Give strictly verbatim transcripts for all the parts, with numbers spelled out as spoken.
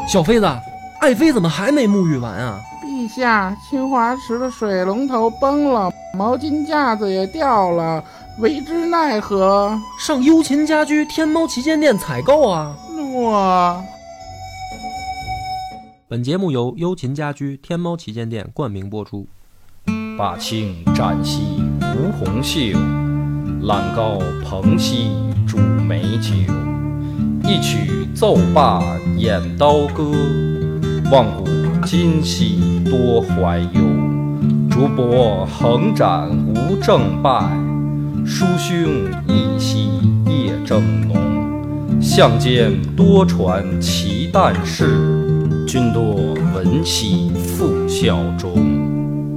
小妃子，爱妃怎么还没沐浴完啊？ 陛下，清华池的水龙头崩了，毛巾架子也掉了，为之奈何？ 上优琴家居天猫旗舰店采购啊！ 我。 本节目由优琴家居天猫旗舰店冠名播出。 把青展兮吴红袖，揽高朋兮煮美酒。一曲奏罢演刀歌，望古今兮多怀忧。竹帛横展无正败，书兄一夕夜正浓。相间多传奇诞事，君多闻兮复效忠。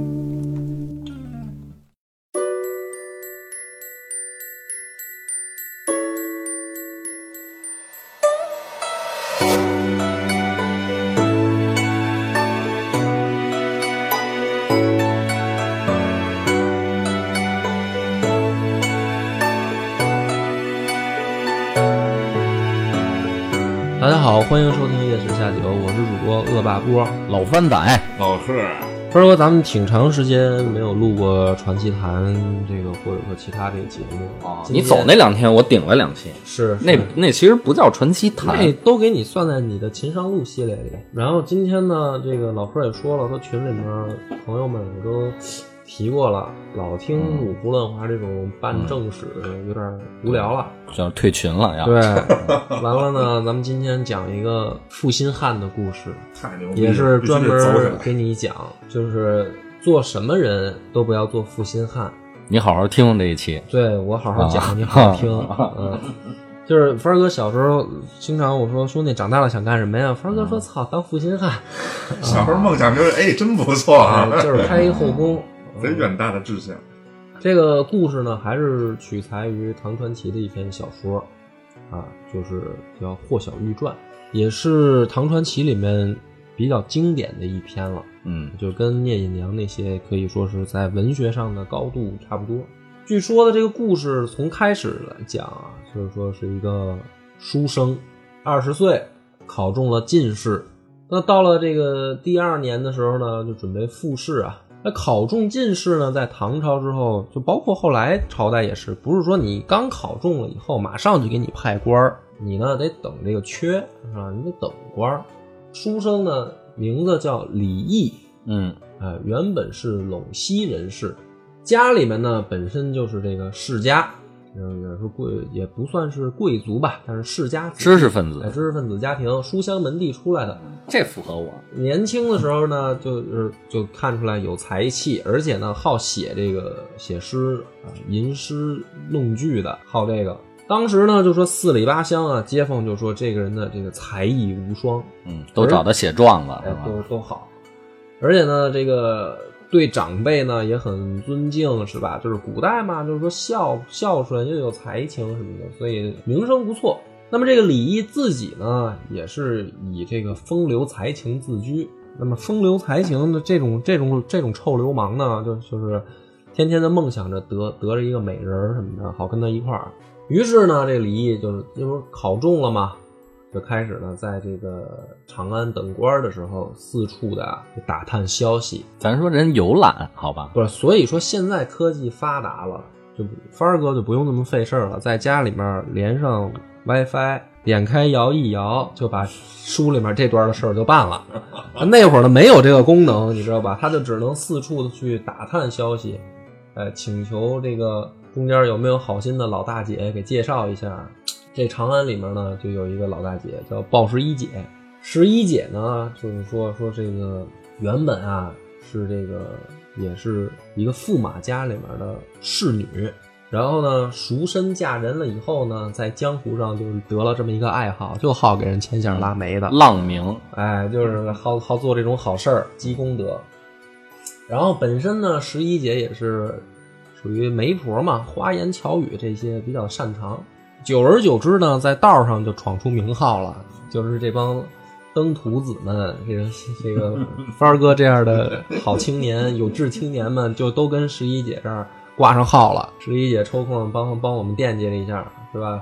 大家好，欢迎收听夜市下酒，我是主播恶霸波， 老番仔， 老贺。 波哥，咱们挺长时间没有录过传奇谈这个或者说其他这个节目啊。你走那两天我顶了两期， 是那那其实不叫传奇谈， 那都给你算在你的秦商路系列里。然后今天呢，这个老贺也说了，说群里面朋友们也都提过了，老听五胡乱华这种办正史有点无聊了， 就是退群了呀。 对，完了呢，咱们今天讲一个负心汉的故事， 太牛逼了， 也是专门给你讲，就是做什么人都不要做负心汉。 你好好听这一期， 对，我好好讲，啊、你好好听。嗯，就是帆儿哥小时候经常我说兄弟长大了想干什么呀？帆儿哥说操，当负心汉。 小时候梦想就是哎，真不错啊， 哎、就是开一后宫。 贼远大的志向。 这个故事呢，还是取材于唐传奇的一篇小说，啊，就是叫《霍小玉传》，也是唐传奇里面比较经典的一篇了。 嗯， 就跟聂隐娘那些可以说是在文学上的高度差不多。据说的这个故事从开始来讲啊，就是说是一个书生，二十岁考中了进士，那到了这个第二年的时候呢，就准备复试啊。那考中进士呢，在唐朝之后，就包括后来朝代也是，不是说你刚考中了以后马上就给你派官，你呢得等这个缺啊，你得等官。书生呢名字叫李毅， 嗯， 呃，原本是陇西人士，家里面呢本身就是这个世家，嗯，也是贵，也不算是贵族吧，但是世家知识分子， 哎，知识分子家庭，书香门第出来的， 这符合我。 年轻的时候呢，就是就看出来有才气，而且呢好写这个写诗啊，吟诗弄句的，好这个。当时呢就说四里八乡啊，街坊就说这个人的这个才艺无双， 嗯，都找他写状子， 哎，都都好，而且呢这个。对长辈呢也很尊敬，是吧？就是古代嘛，就是说孝孝顺又有才情什么的，所以名声不错。那么这个李毅自己呢，也是以这个风流才情自居。那么风流才情的这种这种这种臭流氓呢，就就是天天的梦想着得得着一个美人什么的，好跟他一块儿。于是呢，这李毅就是因为考中了嘛。就开始呢，在这个长安等官的时候，四处的打探消息。 咱说人游览，好吧？ 不是，所以说现在科技发达了，就帆儿哥就不用那么费事了，在家里面连上 WiFi， 点开摇一摇，就把书里面这段的事儿就办了。那会儿呢没有这个功能，你知道吧？他就只能四处的去打探消息，呃，请求这个中间有没有好心的老大姐给介绍一下。这长安里面呢，就有一个老大姐叫鲍十一姐。十一姐呢，就是说说这个原本啊是这个也是一个驸马家里面的侍女，然后呢赎身嫁人了以后呢，在江湖上就得了这么一个爱好，就好给人牵线拉媒的浪名， 哎，就是好好做这种好事儿，积功德。然后本身呢，十一姐也是属于媒婆嘛，花言巧语这些比较擅长。久而久之呢，在道上就闯出名号了，就是这帮登徒子们，这个这个帆儿哥这样的好青年、有志青年们，就都跟十一姐这儿挂上号了。十一姐抽空帮帮我们惦记了一下，是吧？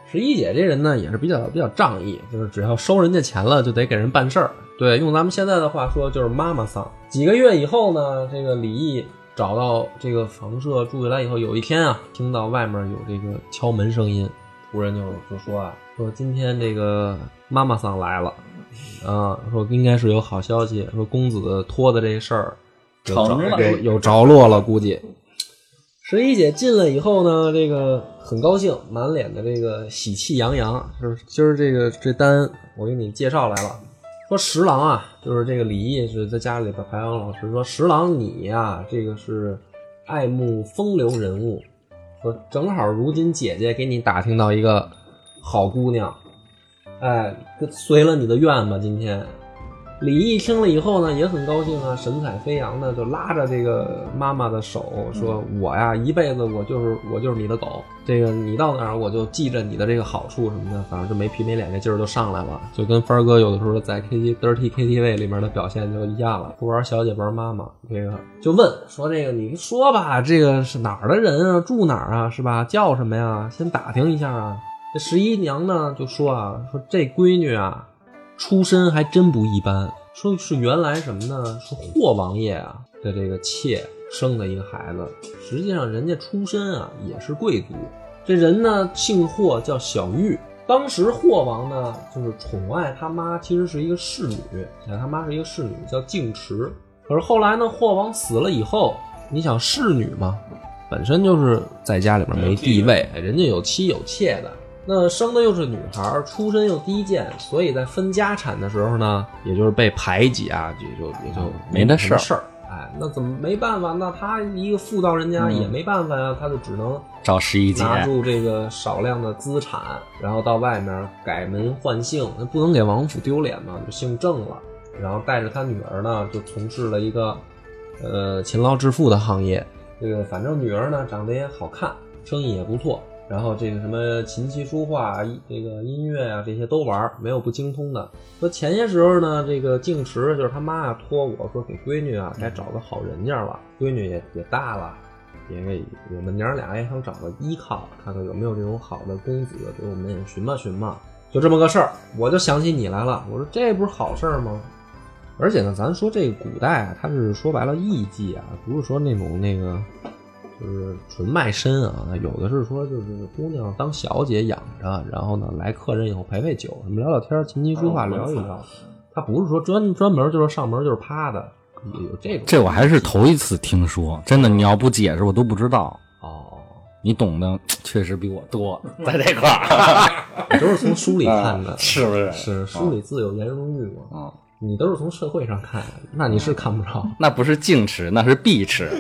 十一姐这人呢也是比较比较仗义，就是只要收人家钱了就得给人办事儿。对，用咱们现在的话说就是妈妈桑。几个月以后呢，这个李毅找到这个房舍住下来以后，有一天啊，听到外面有这个敲门声音，仆人就就说啊，说今天这个妈妈桑来了，啊，说应该是有好消息，说公子托的这事儿有着有有着落了，估计。十一姐进来以后呢，这个很高兴，满脸的这个喜气洋洋，就是今儿这个这单我给你介绍来了。说十郎啊，就是这个李毅是在家里边排行老师，说十郎你呀、啊，这个是爱慕风流人物，说正好如今姐姐给你打听到一个好姑娘，哎，随了你的愿吧。今天李毅听了以后呢，也很高兴啊，神采飞扬的就拉着这个妈妈的手说：“我呀，一辈子我就是我就是你的狗，这个你到哪儿我就记着你的这个好处什么的。”反正就没皮没脸，这劲儿就上来了，就跟帆儿哥有的时候在 K T Dirty K T V 里面的表现就一样了，不玩小姐玩妈妈。这个就问说：“这个你说吧，这个是哪儿的人啊？住哪儿啊？是吧？叫什么呀？先打听一下啊。”这十一娘呢就说啊，说这闺女啊。出身还真不一般，说是原来什么呢？是霍王爷啊的这个妾生的一个孩子，实际上人家出身啊也是贵族。这人呢姓霍，叫小玉。当时霍王呢就是宠爱他妈，其实是一个侍女，他妈是一个侍女叫净池。可是后来呢，霍王死了以后，你想侍女嘛，本身就是在家里面没地位，人家有妻有妾的。那生的又是女孩，出身又低贱，所以在分家产的时候呢，也就是被排挤啊，也就也就没那事儿。哎，那怎么没办法？那他一个妇道人家也没办法呀、啊嗯，他就只能找十一姐拿住这个少量的资产，然后到外面改门换姓，那不能给王府丢脸嘛，就姓郑了。然后带着他女儿呢，就从事了一个呃勤劳致富的行业。这个反正女儿呢长得也好看，生意也不错。然后这个什么琴棋书画、这个音乐啊，这些都玩，没有不精通的。说前些时候呢，这个净池就是他妈啊托我说给闺女啊该找个好人家了，闺女也也大了，也给我们娘俩也想找个依靠，看看有没有这种好的公子给我们也寻吧寻吧。就这么个事儿，我就想起你来了。我说这不是好事吗？而且呢，咱说这个古代啊，它是说白了艺妓啊，不是说那种那个。就是纯卖身啊，有的是说就是姑娘当小姐养着，然后呢来客人以后陪陪酒，什么聊聊天，琴棋书画聊一聊。他不是说专专门就是上门就是趴的，有这种。 这我还是头一次听说，真的，你要不解释我都不知道。 哦， 你懂得确实比我多，在这块儿， 你都是从书里看的， 是不是？ 是书里自有颜如玉嘛。啊。你都是从社会上看，那你是看不着。 那不是净吃，那是必吃。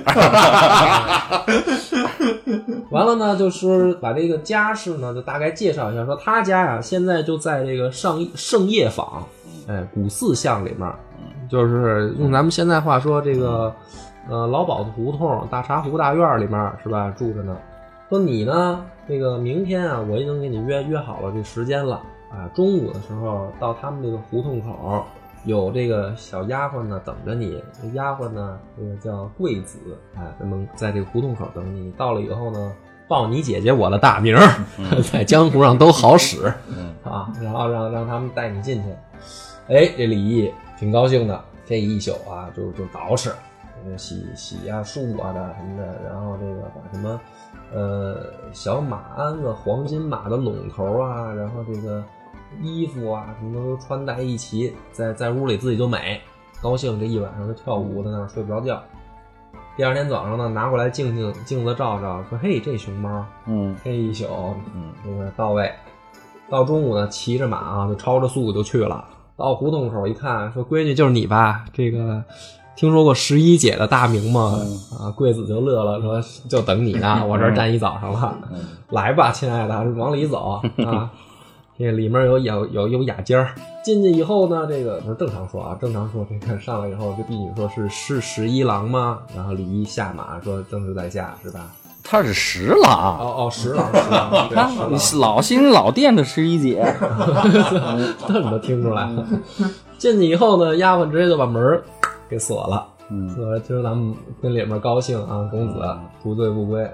完了呢，就是把这个家世呢，就大概介绍一下。说他家呀、啊，现在就在这个上圣业坊，哎，古寺巷里面，就是用咱们现在话说，这个呃老鸨子胡同大茶壶大院里面是吧，住着呢。说你呢，这个明天啊，我已经给你约约好了这时间了啊，中午的时候到他们这个胡同口。有这个小丫鬟呢等着你，这丫鬟呢这个叫贵子，哎，咱们在这个胡同口等你。到了以后呢，报你姐姐我的大名，嗯、在江湖上都好使、嗯、啊，然后让让他们带你进去。哎，这李毅挺高兴的，这一宿啊就就捯饬，洗洗啊漱啊的什么的，然后这个把什么呃小马鞍子、黄金马的拢头啊，然后这个。衣服啊什么都穿戴一齐，在在屋里自己就美，高兴这一晚上就跳舞，在那儿睡不着觉。第二天早上呢，拿过来镜镜镜子照照，说嘿这熊猫，嗯，这一宿，嗯，这个到位。到中午呢，骑着马啊就超着速度就去了。到胡同口一看，说闺女就是你吧？这个听说过十一姐的大名吗？嗯、啊，贵子就乐了，说就等你呢，我这儿站一早上了，嗯、来吧，亲爱的，往里走啊。这里面有有有有雅间儿，进去以后呢，这个正常说啊，正常说这个上来以后，这婢女说是是十一郎吗？然后李毅下马说正是在下，是吧？ 他是十郎， 哦哦，十郎，十郎， 他老新老店的十一姐， 这你都听出来了。进去以后呢，丫鬟直接就把门给锁了，嗯，说今儿咱们跟里面高兴啊，公子不醉不归。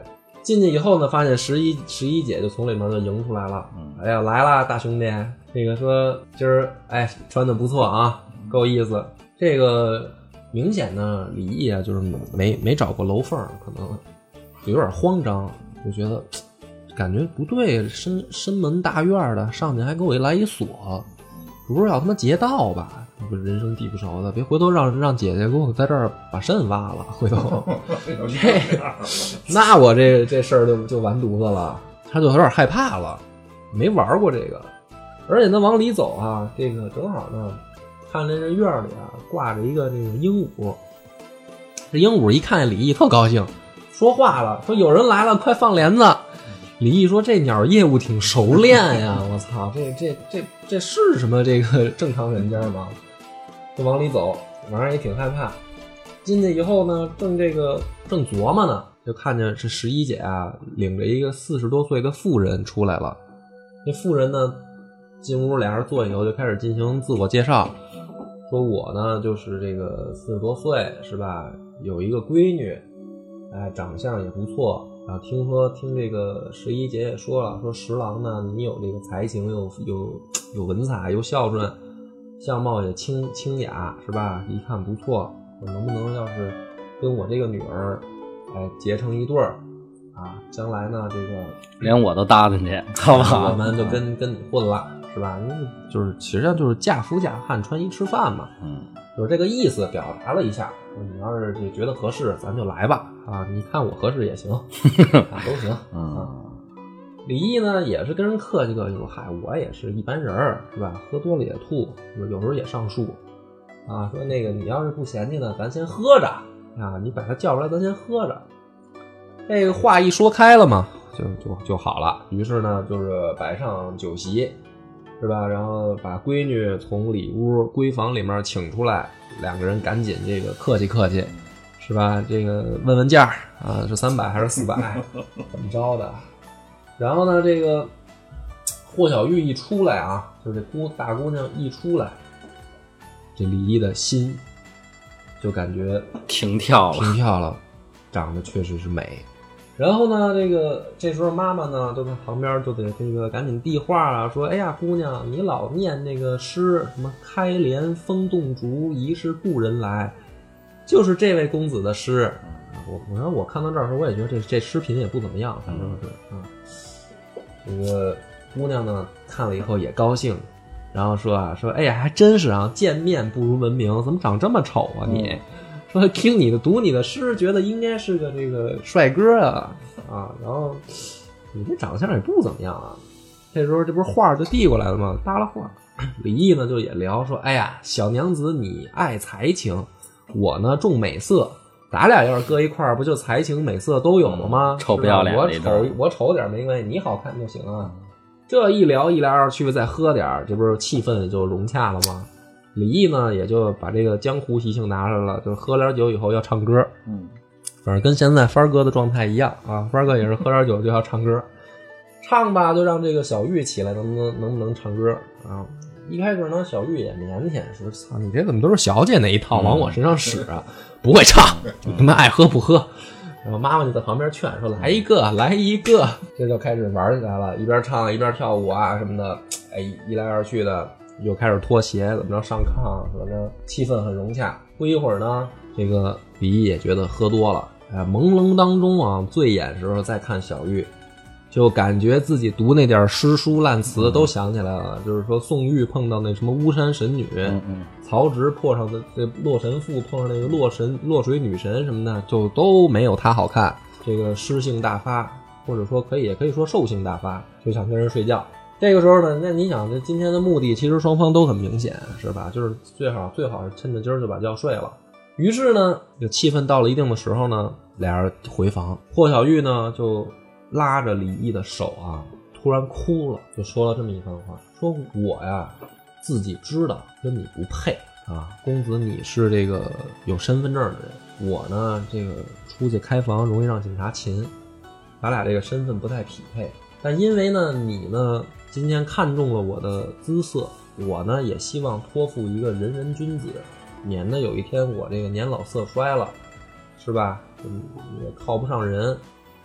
进去以后呢，发现十一十一姐就从里面就迎出来了。哎呀，来啦，大兄弟，这个说今儿哎穿的不错啊，够意思。这个明显呢，李毅啊，就是没没找过楼缝，可能有点慌张，就觉得感觉不对，深深门大院的，上去还给我来一锁，不是要他妈劫道吧？这个人生地不熟的，别回头让让姐姐给我在这儿把肾挖了，回头这那我这这事儿就就完犊子了。他就有点害怕了，没玩过这个，而且呢往里走啊，这个正好呢，看这这院里啊挂着一个这个鹦鹉，这鹦鹉一看李毅特高兴，说话了，说有人来了，快放帘子。李毅说这鸟业务挺熟练呀，我操，这这这这是什么这个正常人家吗？就往里走，晚上也挺害怕。进去以后呢，正这个正琢磨呢，就看见这十一姐啊领着一个四十多岁的妇人出来了。这妇人呢进屋，俩人坐以后就开始进行自我介绍，说我呢就是这个四十多岁是吧，有一个闺女，哎，长相也不错。然后听说听这个十一姐也说了，说十郎呢你有这个才情，有有有文采，有孝顺，相貌也清清雅是吧，一看不错，我能不能要是跟我这个女儿哎结成一对儿啊，将来呢这个连我都搭进去，好不好？ 我们就跟跟你混了是吧？因为就是实际上就是嫁夫嫁汉穿衣吃饭嘛， 嗯， 就是这个意思表达了一下。你要是觉得合适，咱就来吧啊！你看我合适也行，啊、都行啊。 嗯， 李毅呢也是跟人客气客气说，嗨，我也是一般人儿是吧？喝多了也吐，有时候也上树啊。说那个你要是不嫌弃呢，咱先喝着啊，你把他叫出来，咱先喝着。这个话一说开了嘛，就就就好了。于是呢，就是摆上酒席，是吧？然后把闺女从里屋闺房里面请出来。两个人赶紧这个客气客气，是吧？这个问问价啊，是三百还是四百？怎么着的？然后呢，这个霍小玉一出来啊，就是这姑大姑娘一出来，这李毅的心就感觉停跳了， 停跳了，长得确实是美。然后呢，这个这时候妈妈呢就在旁边就得这个赶紧递话啊，说：“哎呀，姑娘，你老念那个诗，什么开帘风动竹，疑是故人来，就是这位公子的诗。”我我说我看到这儿的时候，我也觉得这这诗品也不怎么样，反正是啊。这个姑娘呢看了以后也高兴，然后说啊说：“哎呀，还真是啊，见面不如闻名，怎么长这么丑啊你？”嗯说听你的读你的诗，觉得应该是个这个帅哥啊啊，然后你这长相也不怎么样啊。这时候这不是画就递过来了吗？搭了画，李毅呢就也聊说，哎呀，小娘子你爱才情，我呢重美色，咱俩要是搁一块儿，不就才情美色都有了吗？ 嗯、臭不要脸， 我丑我丑点没关系，你好看就行啊。这一聊一来二去，再喝点，这不是气氛就融洽了吗？李毅呢也就把这个江湖习性拿来了，就是喝点酒以后要唱歌， 嗯， 反正跟现在帆哥的状态一样啊，帆哥也是喝点酒就要唱歌，唱吧就让这个小玉起来，能不能能不能唱歌啊？一开始呢，小玉也腼腆，说：“操，你这怎么都是小姐那一套，往我身上使啊？嗯、不会唱，你他妈爱喝不喝。”然后妈妈就在旁边劝说：“来一个，来一个。”这就开始玩起来了，一边唱一边跳舞啊什么的，哎，一来二去的。又开始脱鞋，怎么着上炕，怎么着，气氛很融洽。不一会儿呢，这个李毅也觉得喝多了，哎，朦胧当中啊，醉眼时候再看小玉，就感觉自己读那点诗书烂词都想起来了。嗯、就是说，宋玉碰到那什么巫山神女， 嗯嗯、 曹植破上的这洛神赋碰上那个洛神洛水女神什么的，就都没有他好看。这个诗性大发，或者说可以也可以说兽性大发，就想跟人睡觉。这个时候呢，那你想，这今天的目的其实双方都很明显，是吧？就是最好最好是趁着今儿就把觉睡了。于是呢，这气氛到了一定的时候呢，俩人回房，霍小玉呢就拉着李毅的手啊，突然哭了，就说了这么一番话，说我呀自己知道跟你不配啊，公子你是这个有身份证的人，我呢这个出去开房容易让警察擒，咱俩这个身份不太匹配。但因为呢你呢今天看中了我的姿色，我呢也希望托付一个仁人君子，免得有一天我这个年老色衰了，是吧？也靠不上人，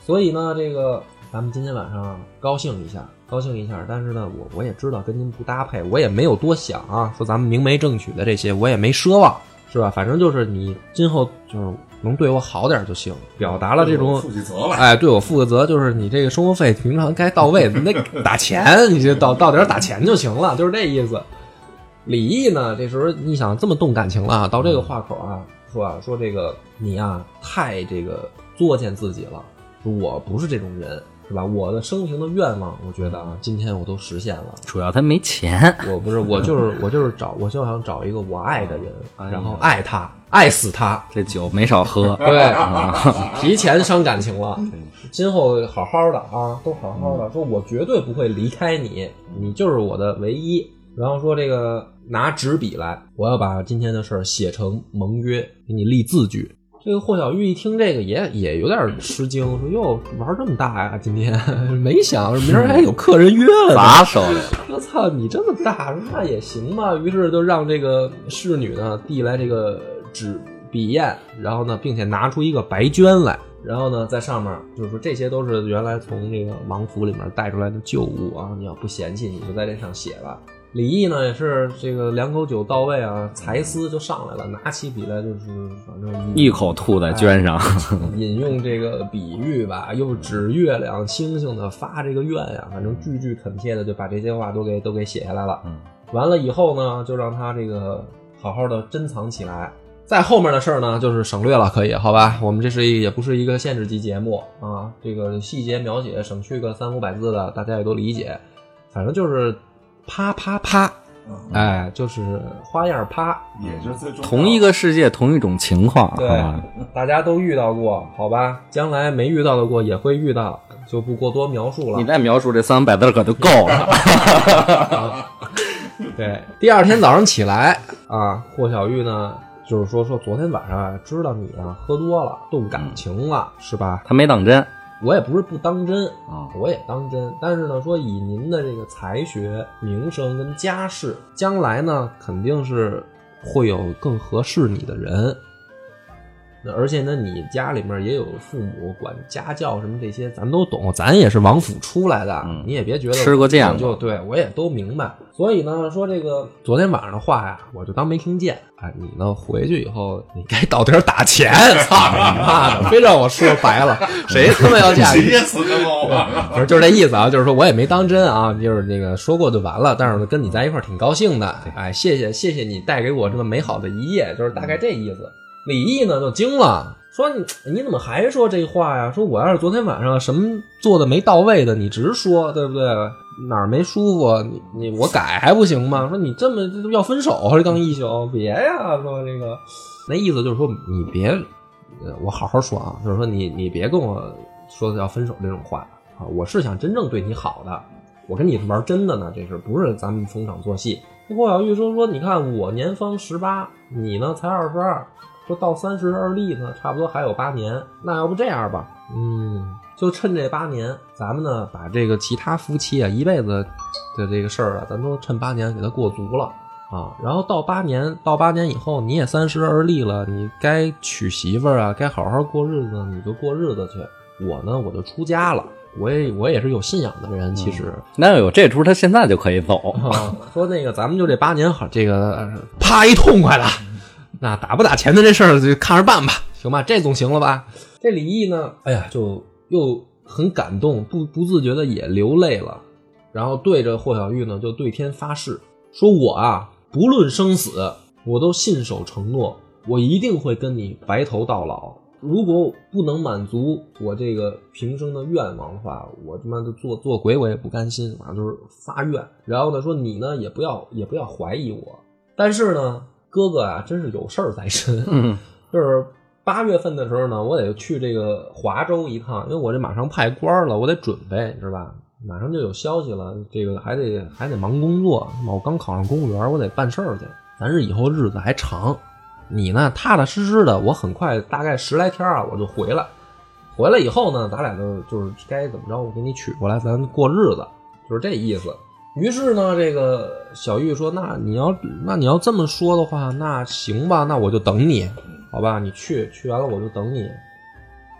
所以呢，这个咱们今天晚上高兴一下，高兴一下。但是呢，我我也知道跟您不搭配，我也没有多想啊，说咱们明媒正娶的这些，我也没奢望，是吧？反正就是你今后就是能对我好点就行，表达了这种负起责来， 哎，对我负个责，就是你这个生活费平常该到位，你得打钱，你就到到点打钱就行了，就是这意思。李毅呢，这时候你想这么动感情了，到这个话口啊，说啊，说这个你啊太这个作践自己了，我不是这种人，是吧？我的生平的愿望，我觉得啊，今天我都实现了。 主要他没钱， 我不是，我就是我就是找，我就想找一个我爱的人，然后爱他，爱死他。 这酒没少喝。 对，提前伤感情了。今后好好的啊，都好好的。说我绝对不会离开你，你就是我的唯一。然后说这个拿纸笔来，我要把今天的事儿写成盟约，给你立字据。这个霍小玉一听这个也也有点吃惊，说哟玩这么大呀，今天没想明儿还有客人约了， 砸手来了。 我操，你这么大，那也行吧。于是就让这个侍女呢递来这个纸笔砚，然后呢，并且拿出一个白绢来，然后呢，在上面就是说这些都是原来从这个王府里面带出来的旧物啊，你要不嫌弃，你就在这上写吧。李毅呢也是这个两口酒到位啊，才思就上来了，拿起笔来就是反正一口吐在绢上， 哎、引用这个比喻吧，又指月亮星星的发这个愿呀，反正句句恳切的就把这些话都给都给写下来了。嗯，完了以后呢，就让他这个好好的珍藏起来。在后面的事儿呢，就是省略了，可以好吧？我们这是一也不是一个限制级节目啊，这个细节描写省去个三五百字的，大家也都理解。反正就是啪啪啪，哎，就是花样啪， 也是最重要的。 同一个世界，同一种情况， 对， 好吧？ 大家都遇到过，好吧？将来没遇到的过也会遇到，就不过多描述了。 你再描述这三百字可就够了。 对，第二天早上起来啊，霍小玉呢，就是说说昨天晚上知道你啊喝多了，动感情了，是吧？ 他没当真。 我也不是不当真啊， 我也当真。但是呢，说以您的这个才学、名声跟家世，将来呢肯定是会有更合适你的人。那而且呢，你家里面也有父母管家教什么这些，咱都懂，咱也是王府出来的，嗯、你也别觉得吃过见过， 就对我也都明白。所以呢，说这个昨天晚上的话呀，我就当没听见。哎，你呢回去以后，你该到点打钱，操你妈的，非让我说白了，谁他妈要嫁你？ 谁死的猫？ 不是，就是这意思啊，就是说我也没当真啊，就是那个说过就完了。但是跟你在一块儿挺高兴的，哎，谢谢谢谢你带给我这么美好的一夜，就是大概这意思。李毅呢就惊了，说你你怎么还说这话呀？说我要是昨天晚上什么做的没到位的，你直说，对不对？哪儿没舒服，你你我改还不行吗？说你这么要分手，这刚一宿，别呀！说这个那意思就是说你别，我好好说啊，就是说你你别跟我说要分手这种话啊！我是想真正对你好的，我跟你玩真的呢，这是不是咱们逢场作戏？霍小玉说说，你看我年方十八，你呢才二十二。说到三十而立呢，差不多还有八年。那要不这样吧，嗯，就趁这八年，咱们呢把这个其他夫妻啊一辈子的这个事儿啊，咱都趁八年给他过足了啊。然后到八年，到八年以后，你也三十而立了，你该娶媳妇儿啊，该好好过日子，你就过日子去。我呢，我就出家了。我也我也是有信仰的人，其实、嗯、 那要有这出，他现在就可以走。 啊、说那个咱们就这八年好，这个啪一痛快的。那打不打钱的这事儿就看着办吧，行吧，这总行了吧？这李毅呢，哎呀，就又很感动，不不自觉的也流泪了，然后对着霍小玉呢就对天发誓，说我啊，不论生死，我都信守承诺，我一定会跟你白头到老。如果不能满足我这个平生的愿望的话，我他妈的做做鬼我也不甘心，反正就是发愿。然后呢说你呢也不要也不要怀疑我，但是呢。哥哥啊，真是有事儿在身。嗯，就是八月份的时候呢，我得去这个华州一趟，因为我这马上派官了，我得准备，是吧？马上就有消息了，这个还得还得忙工作。我刚考上公务员，我得办事儿去。咱这以后日子还长，你呢踏踏实实的，我很快大概十来天啊，我就回来。回来以后呢，咱俩就就是该怎么着，我给你娶过来，咱过日子，就是这意思。于是呢，这个小玉说：“那你要那你要这么说的话，那行吧，那我就等你，好吧？你去去完了我就等你。”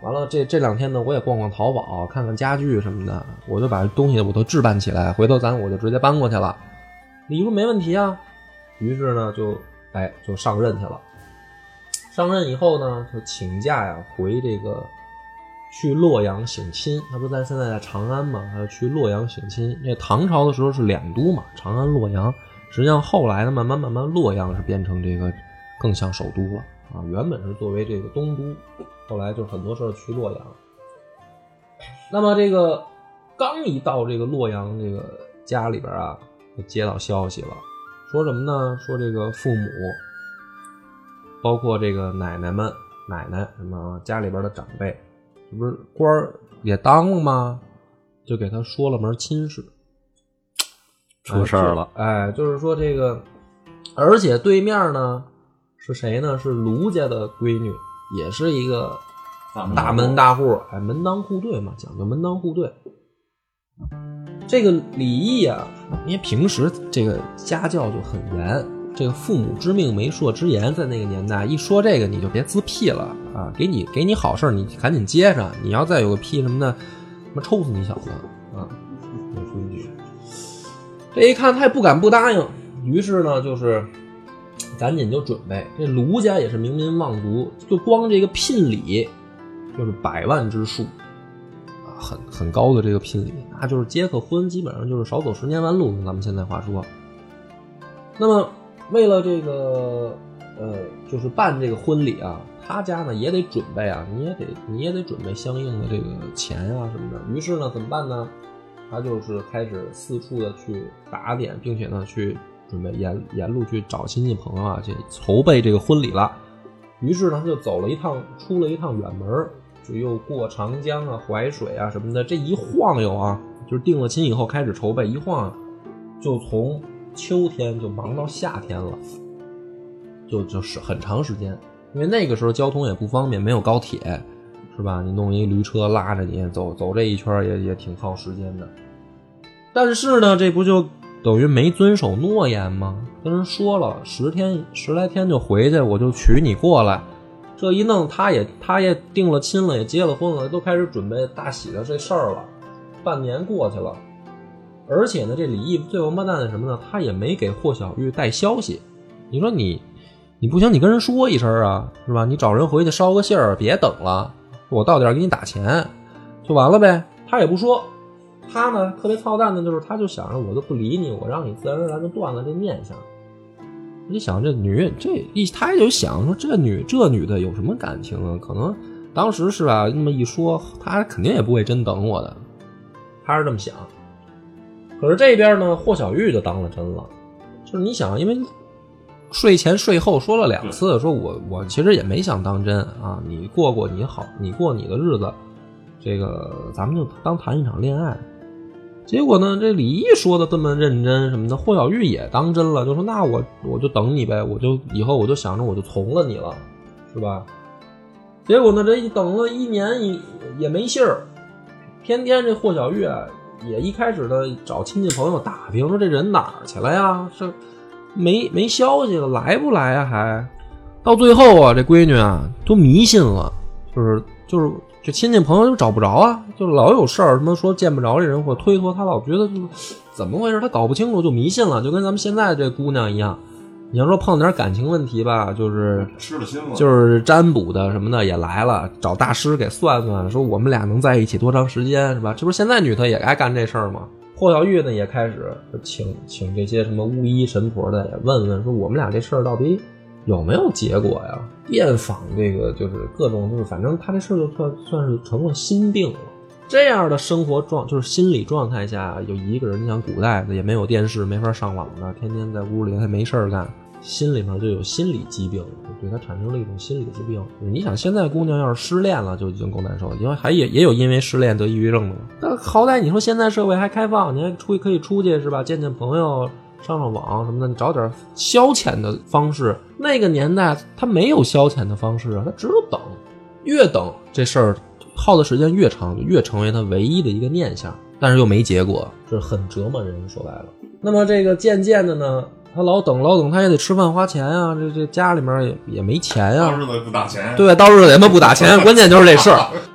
完了这这两天呢，我也逛逛淘宝，看看家具什么的，我就把东西我都置办起来，回头咱我就直接搬过去了。李说没问题啊，于是呢就哎就上任去了。上任以后呢，就请假呀，回这个去洛阳省亲。他不是咱现在在长安嘛，他就去洛阳省亲。因为唐朝的时候是两都嘛，长安、洛阳。实际上后来呢，慢慢慢慢，洛阳是变成这个更像首都了啊。原本是作为这个东都，后来就很多事儿去洛阳。那么这个刚一到这个洛阳这个家里边啊，就接到消息了，说什么呢？说这个父母。包括这个奶奶们、奶奶什么家里边的长辈，这不是官儿也当了吗？就给他说了门亲事， 出事儿了。 哎，就是说这个，而且对面呢是谁呢？是卢家的闺女，也是一个大门大户，哎，门当户对嘛，讲究门当户对。这个礼仪啊，因为平时这个家教就很严。这个父母之命媒妁之言，在那个年代一说这个你就别自辟了啊！给你给你好事你赶紧接上，你要再有个屁什么的，他妈抽死你小子啊！有规矩。这一看他也不敢不答应，于是呢就是赶紧就准备。这卢家也是名门望族，就光这个聘礼就是百万之数啊，很很高的这个聘礼，那就是结个婚基本上就是少走十年弯路，用咱们现在话说。那么为了这个呃就是办这个婚礼啊，他家呢也得准备啊，你也得你也得准备相应的这个钱啊什么的。于是呢怎么办呢？他就是开始四处的去打点，并且呢去准备沿沿路去找亲戚朋友啊，去筹备这个婚礼了。于是呢他就走了一趟，出了一趟远门，就又过长江啊、淮水啊什么的。这一晃悠啊，就是定了亲以后开始筹备，一晃就从秋天就忙到夏天了，就就是很长时间。因为那个时候交通也不方便，没有高铁，是吧？你弄一驴车拉着你走走这一圈也也挺耗时间的。但是呢，这不就等于没遵守诺言吗？跟人说了十天十来天就回去，我就娶你过来。这一弄，他也他也定了亲了，也结了婚了，都开始准备大喜的这事儿了。半年过去了。而且呢，这李毅最王八蛋的什么呢？他也没给霍小玉带消息。你说你，你不行，你跟人说一声啊，是吧？你找人回去捎个信儿，别等了，我到点给你打钱，就完了呗。他也不说，他呢特别操蛋的就是，他就想着我都不理你，我让你自然而然就断了这念想。你想这女这一，他就想说这女这女的有什么感情啊？可能当时是吧，那么一说，他肯定也不会真等我的，他是这么想。可是这边呢，霍小玉就当了真了，就是你想，因为睡前睡后说了两次，说我我其实也没想当真啊，你过过你好，你过你的日子，这个咱们就当谈一场恋爱。结果呢，这李毅说的这么认真什么的，霍小玉也当真了，就说那我我就等你呗，我就以后我就想着我就从了你了，是吧？结果呢，这一等了一年也也没信儿，天天这霍小玉啊。也一开始的找亲戚朋友打听说这人哪儿去了呀，这没没消息了，来不来啊？还到最后啊，这闺女啊都迷信了，就是就是这亲戚朋友就找不着啊，就老有事儿什么说见不着这人或推脱，他老觉得就怎么回事，他搞不清楚就迷信了，就跟咱们现在这姑娘一样。你要说碰点感情问题吧，就是吃了心了， 就是占卜的什么的也来了，找大师给算算，说我们俩能在一起多长时间，是吧？这不是现在女的也爱干这事儿吗？霍小玉呢也开始请请这些什么巫医神婆的也问问，说我们俩这事儿到底有没有结果呀？遍访这个就是各种就是反正他这事儿就算算是成了心病了。这样的生活状就是心理状态下，有一个人，你想古代的也没有电视，没法上网的，天天在屋里还没事儿干。心里面就有心理疾病，对他产生了一种心理疾病。你想现在姑娘要是失恋了就已经够难受了，因为还也也有因为失恋得抑郁症的嘛。但好歹你说现在社会还开放，你还出可以出去是吧，见见朋友，上上网什么的，你找点消遣的方式。那个年代他没有消遣的方式啊，他只有等，越等这事儿耗的时间越长，就越成为他唯一的一个念想，但是又没结果，这很折磨人。说白了，那么这个渐渐的呢，他老等老等，他也得吃饭花钱啊，这这家里面也也没钱啊， 到日子不打钱， 对，到日子也不打钱，关键就是这事儿。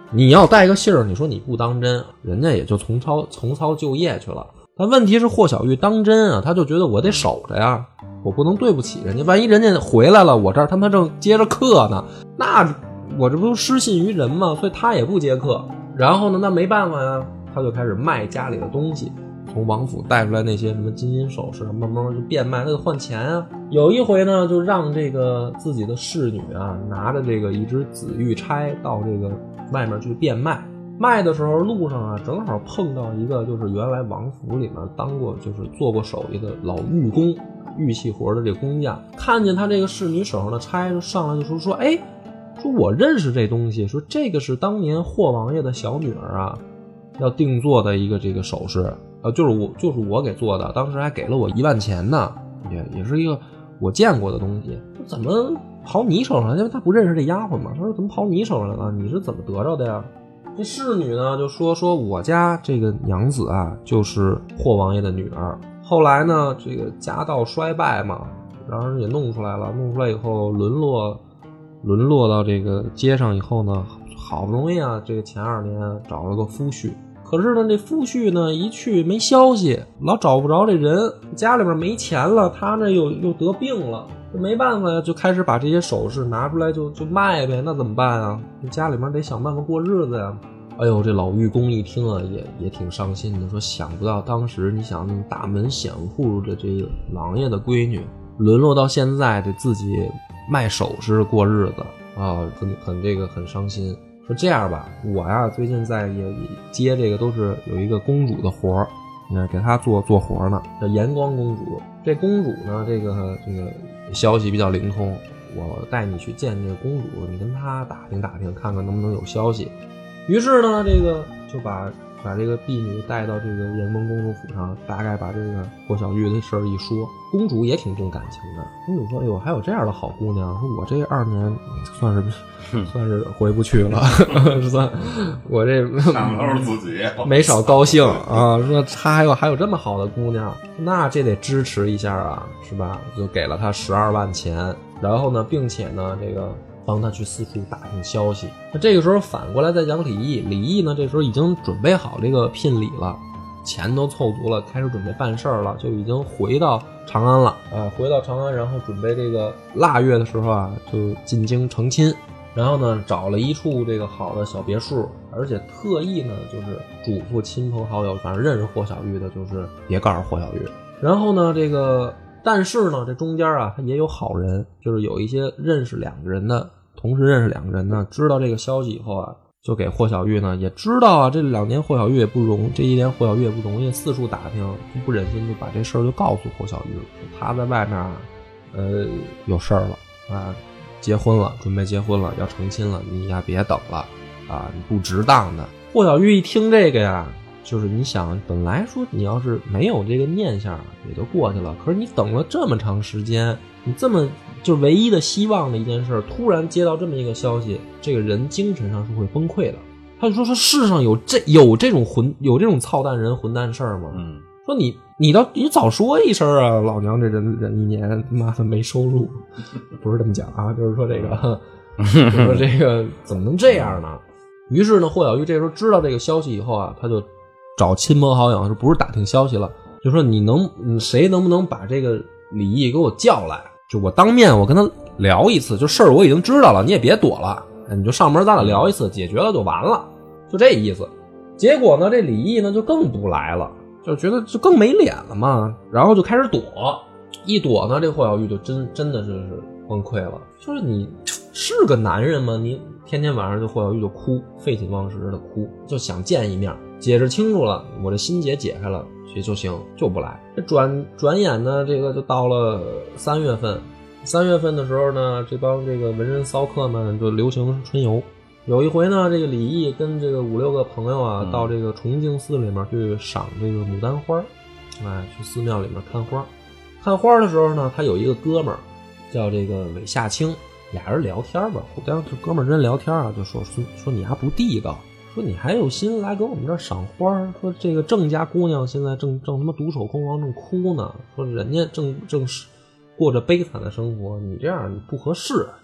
你要带个信儿，你说你不当真，人家也就从操从操就业去了。但问题是霍小玉当真啊，他就觉得我得守着呀，我不能对不起人家，万一人家回来了，我这儿他妈正接着课呢，那我这不失信于人吗？所以他也不接课。然后呢，那没办法呀，他就开始卖家里的东西，从王府带出来那些什么金银首饰，慢慢就变卖，他就换钱啊。有一回呢，就让这个自己的侍女啊，拿着这个一只紫玉钗到这个外面去变卖。卖的时候路上啊，正好碰到一个就是原来王府里面当过就是做过手艺的老玉工，玉器活的这个工匠，看见他这个侍女手上的钗，就上来就说说，哎，说我认识这东西，说这个是当年霍王爷的小女儿啊，要定做的一个这个首饰，呃，就是我就是我给做的，当时还给了我一万钱呢，也也是一个我见过的东西，怎么跑你手上？因为他不认识这丫鬟嘛，他说怎么跑你手上了？你是怎么得着的呀？这侍女呢就说说我家这个娘子啊，就是霍王爷的女儿。后来呢，这个家道衰败嘛，让人也弄出来了，弄出来以后沦落沦落到这个街上以后呢，好不容易啊，这个前二年找了个夫婿。可是呢，这夫婿呢一去没消息，老找不着这人，家里边没钱了，他呢又又得病了，没办法呀，就开始把这些首饰拿出来就就卖呗。那怎么办啊？家里面得想办法过日子呀。哎呦，这老玉工一听啊，也也挺伤心的，说想不到当时你想大门显户的这个郎爷的闺女，沦落到现在得自己卖首饰过日子啊，很很这个很伤心。说这样吧，我呀最近在也也接这个都是有一个公主的活儿，那给她做做活呢，叫延光公主。这公主呢，这个这个消息比较灵通，我带你去见这个公主，你跟她打听打听，看看能不能有消息。于是呢，这个就把把这个婢女带到这个延光公主府上，大概把这个霍小玉的事儿一说，公主也挺重感情的。公主说：“哎呦，还有这样的好姑娘！说我这二年算是算是回不去了，算我这上头自己没少高兴啊。说她还有还有这么好的姑娘，那这得支持一下啊，是吧？就给了她十二万钱，然后呢，并且呢，这个。”帮他去四处打听消息。那这个时候反过来再讲李毅，李毅呢这时候已经准备好这个聘礼了，钱都凑足了，开始准备办事儿了，就已经回到长安了啊，回到长安，然后准备这个腊月的时候啊，就进京成亲。然后呢，找了一处这个好的小别墅，而且特意呢就是嘱咐亲朋好友，反正认识霍小玉的，就是别告诉霍小玉。然后呢，这个但是呢，这中间啊，他也有好人，就是有一些认识两个人的。同时认识两个人呢，知道这个消息以后啊，就给霍小玉呢也知道啊，这两年霍小玉也不容易，这一年霍小玉也不容易，四处打听，就不忍心就把这事儿就告诉霍小玉了。他在外面啊，呃，有事儿了啊，结婚了，准备结婚了，要成亲了，你呀别等了啊，你不值当的。霍小玉一听这个呀，就是你想，本来说你要是没有这个念想也就过去了，可是你等了这么长时间，你这么就是唯一的希望的一件事，突然接到这么一个消息，这个人精神上是会崩溃的。他就说说世上有这有这种混有这种操蛋人混蛋事儿吗？嗯，说你你倒你早说一声啊！老娘这人人一年妈的没收入，不是这么讲啊，就是说这个，就是说这个怎么能这样呢？于是呢，霍小玉这时候知道这个消息以后啊，他就找亲朋好友，说不是打听消息了，就说你能谁能不能把这个李毅给我叫来？就我当面我跟他聊一次，就事儿我已经知道了，你也别躲了，你就上门咱俩聊一次，解决了就完了，就这意思。结果呢，这李毅呢就更不来了，就觉得就更没脸了嘛，然后就开始躲，一躲呢，这霍小玉就真真的是崩溃了，就是你是个男人吗？你天天晚上就霍小玉就哭，废寝忘食的哭，就想见一面，解释清楚了，我这心结解开了。就行，就不来。这转转眼呢，这个就到了三月份。三月份的时候呢，这帮这个文人骚客们就流行春游。有一回呢，这个李毅跟这个五六个朋友啊，嗯、到这个崇敬寺里面去赏这个牡丹花，哎，去寺庙里面看花。看花的时候呢，他有一个哥们儿叫这个韦夏清，俩人聊天吧，互相这哥们儿真聊天啊，就说说说你还不地道。说你还有心来给我们这儿赏花，说这个郑家姑娘现在正正他妈独守空房正哭呢，说人家正正过着悲惨的生活，你这样你不合适，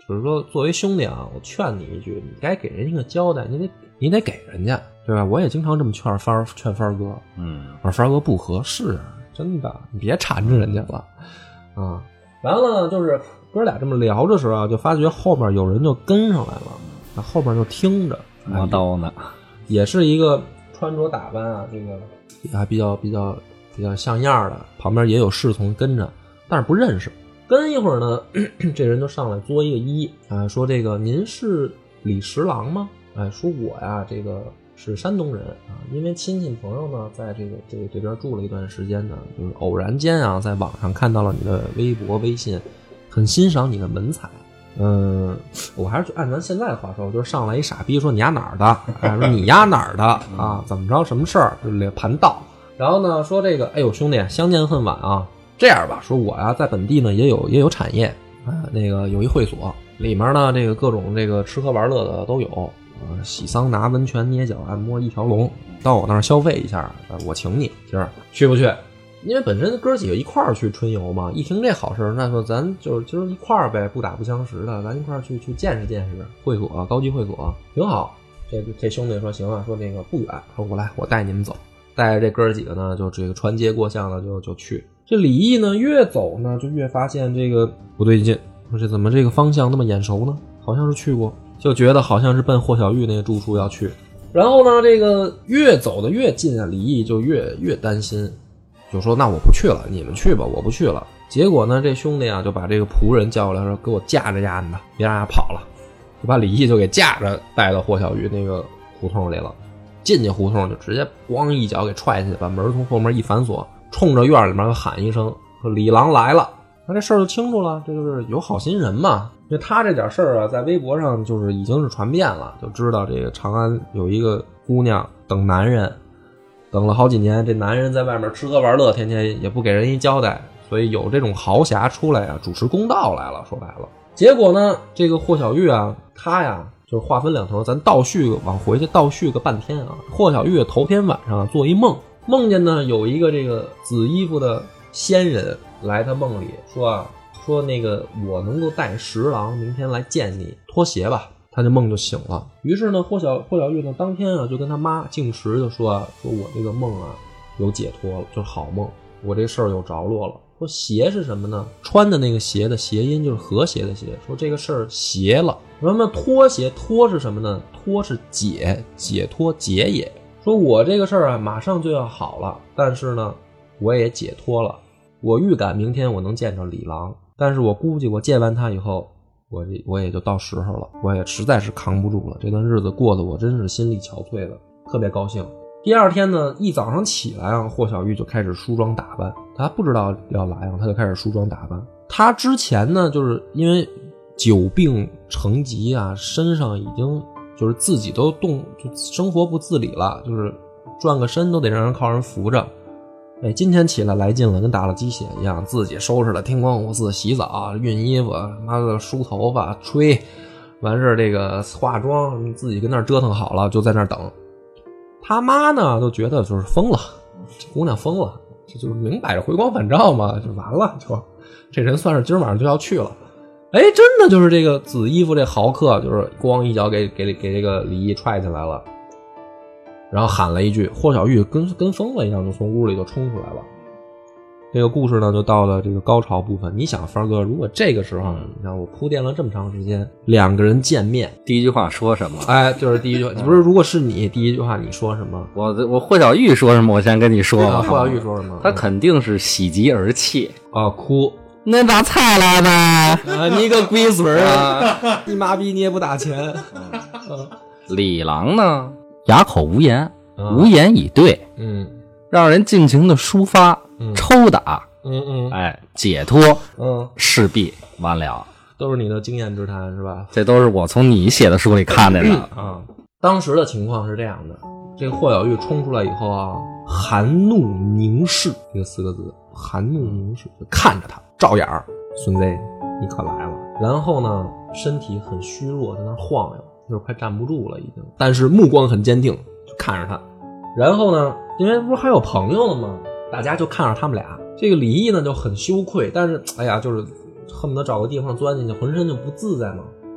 就是说作为兄弟啊，我劝你一句，你该给人一个交代，你得你得给人家，对吧？我也经常这么劝帆劝帆哥， 嗯， 我说帆哥不合适，真的，你别缠着人家了啊。完了呢，就是哥俩这么聊的时候啊，就发觉后面有人就跟上来了，后面就听着磨刀呢， 也是一个穿着打扮啊，这个还比较比较比较像样的，旁边也有侍从跟着，但是不认识。跟一会儿呢，这人就上来作一个揖啊，说这个您是李十郎吗？哎，说我呀，这个是山东人啊，因为亲戚朋友呢，在这个这个这边住了一段时间呢，就是偶然间啊，在网上看到了你的微博、微信，很欣赏你的文采。嗯，我还是按咱现在的话说，就是上来一傻逼说你丫哪儿的，哎，说你丫哪儿的啊？怎么着？什么事儿？就是盘道。然后呢，说这个，哎呦兄弟，相见恨晚啊！这样吧，说我呀，在本地呢也有也有产业啊，那个有一会所，里面呢这个各种这个吃喝玩乐的都有，呃，洗桑拿、温泉、捏脚、按摩一条龙，到我那儿消费一下，我请你，今儿去不去？因为本身哥几个一块儿去春游嘛，一听这好事，那说咱就今儿一块儿呗，不打不相识的，咱一块儿去去见识见识会所，高级会所挺好。这这兄弟说行啊，说那个不远，说我来，我带你们走，带着这哥几个呢，就这个传街过巷的就就去。这李毅呢，越走呢就越发现这个不对劲，说这怎么这个方向那么眼熟呢？好像是去过，就觉得好像是奔霍小玉那个住处要去。然后呢，这个越走的越近啊，李毅就越越担心。就说那我不去了，你们去吧，我不去了。结果呢，这兄弟啊就把这个仆人叫过来说，给我架着丫的，别让他跑了，就把李毅就给架着带到霍小玉那个胡同里了。进去胡同就直接咣一脚给踹下去，把门从后面一反锁，冲着院里面喊一声说李郎来了。那这事儿就清楚了，这就是有好心人嘛。因为他这点事儿啊，在微博上就是已经是传遍了，就知道这个长安有一个姑娘等男人。等了好几年，这男人在外面吃喝玩乐，天天也不给人一交代，所以有这种豪侠出来啊，主持公道来了。说白了，结果呢，这个霍小玉啊，他呀就是话分两头，咱倒叙往回去倒叙个半天啊。霍小玉头天晚上做一梦，梦见呢有一个这个紫衣服的仙人来他梦里说啊，说那个我能够带十郎明天来见你，脱鞋吧。他就梦就醒了，于是呢，霍小霍小玉呢，当天啊就跟他妈净池就说啊，说我这个梦啊有解脱了，就是好梦，我这事儿有着落了。说鞋是什么呢？穿的那个鞋的谐音就是和谐的谐，说这个事儿邪了。那么脱鞋脱是什么呢？脱是解，解脱解也。说我这个事儿啊马上就要好了，但是呢我也解脱了，我预感明天我能见着李郎，但是我估计我见完他以后。我我也就到时候了，我也实在是扛不住了，这段日子过得我真是心力憔悴了，特别高兴。第二天呢，一早上起来啊，霍小玉就开始梳妆打扮，他不知道要来啊，他就开始梳妆打扮。他之前呢，就是因为久病成疾啊，身上已经就是自己都动，就生活不自理了，就是转个身都得让人靠人扶着。哎，今天起来来劲了，跟打了鸡血一样，自己收拾了天光无私，洗澡、熨衣服，妈的梳头发、吹，完事这个化妆，自己跟那儿折腾好了，就在那儿等。他妈呢，就觉得就是疯了，这姑娘疯了，这就是明摆着回光返照嘛，就完了，就这人算是今儿晚上就要去了。哎，真的就是这个紫衣服这豪客，就是咣一脚给给给这个李毅踹起来了。然后喊了一句，霍小玉跟跟疯了一样就从屋里就冲出来了。这个故事呢就到了这个高潮部分。你想帆哥，如果这个时候你看我铺垫了这么长时间，两个人见面， 第一句话说什么？ 哎，就是第一句话，不是如果是你第一句话你说什么？ 我我霍小玉说什么？我先跟你说吧。 霍小玉说什么？ 他肯定是喜极而泣啊，哭。 那打菜来的啊，你个龟孙啊！你妈逼你也不打钱。 李郎呢？哑口无言，嗯、无言以对， 嗯， 让人尽情的抒发， 嗯、 抽打， 嗯嗯， 哎，解脱， 嗯， 势必完了， 都是你的经验之谈是吧？ 这都是我从你写的书里看见的啊、嗯。当时的情况是这样的，这个霍小玉冲出来以后啊，含怒凝视这个四个字，含怒凝视，就看着他，照眼儿，孙子，你可来了。然后呢，身体很虚弱，在那晃悠。就是快站不住了已经，但是目光很坚定，就看着他。然后呢，因为不是还有朋友了吗？大家就看着他们俩。这个李毅呢就很羞愧，但是哎呀，就是恨不得找个地方钻进去，浑身就不自在嘛。